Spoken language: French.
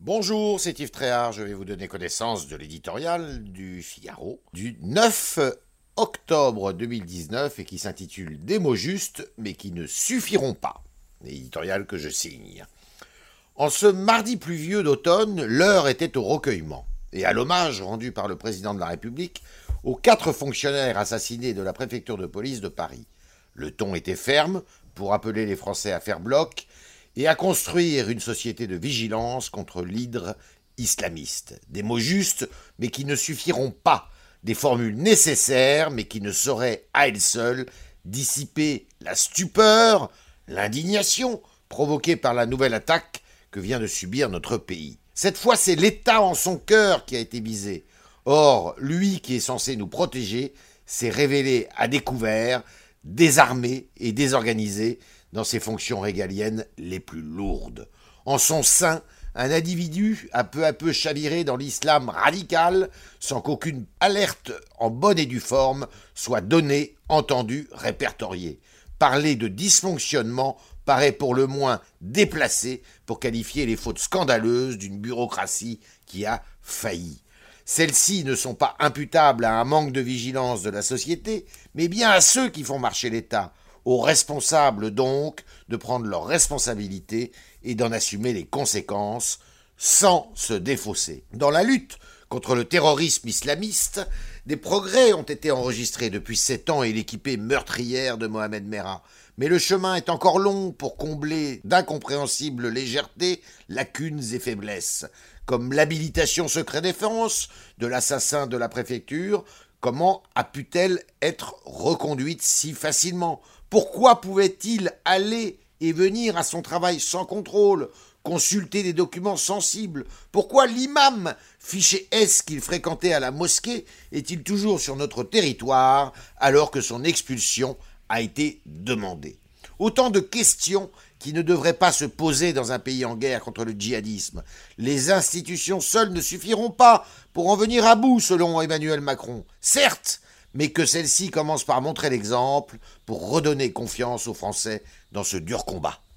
Bonjour, c'est Yves Tréhard. Je vais vous donner connaissance de l'éditorial du Figaro du 9 octobre 2019 et qui s'intitule « Des mots justes, mais qui ne suffiront pas ». L'éditorial que je signe. En ce mardi pluvieux d'automne, l'heure était au recueillement et à l'hommage rendu par le président de la République aux 4 fonctionnaires assassinés de la préfecture de police de Paris. Le ton était ferme pour appeler les Français à faire bloc et à construire une société de vigilance contre l'hydre islamiste. Des mots justes, mais qui ne suffiront pas. Des formules nécessaires, mais qui ne sauraient, à elles seules, dissiper la stupeur, l'indignation provoquée par la nouvelle attaque que vient de subir notre pays. Cette fois, c'est l'État en son cœur qui a été visé. Or, lui qui est censé nous protéger s'est révélé à découvert, désarmé et désorganisé dans ses fonctions régaliennes les plus lourdes. En son sein, un individu a peu à peu chaviré dans l'islam radical sans qu'aucune alerte en bonne et due forme soit donnée, entendue, répertoriée. Parler de dysfonctionnement paraît pour le moins déplacé pour qualifier les fautes scandaleuses d'une bureaucratie qui a failli. Celles-ci ne sont pas imputables à un manque de vigilance de la société, mais bien à ceux qui font marcher l'État, aux responsables donc de prendre leurs responsabilités et d'en assumer les conséquences sans se défausser. Dans la lutte contre le terrorisme islamiste, des progrès ont été enregistrés depuis 7 ans et l'équipée meurtrière de Mohamed Merah. Mais le chemin est encore long pour combler d'incompréhensibles légèretés, lacunes et faiblesses, comme l'habilitation secret défense de l'assassin de la préfecture. Comment a pu-t-elle être reconduite si facilement ? Pourquoi pouvait-il aller et venir à son travail sans contrôle, consulter des documents sensibles ? Pourquoi l'imam, fiché S qu'il fréquentait à la mosquée, est-il toujours sur notre territoire alors que son expulsion a été demandée ? Autant de questions qui ne devraient pas se poser dans un pays en guerre contre le djihadisme. Les institutions seules ne suffiront pas pour en venir à bout, selon Emmanuel Macron. Certes, mais que celle-ci commence par montrer l'exemple pour redonner confiance aux Français dans ce dur combat.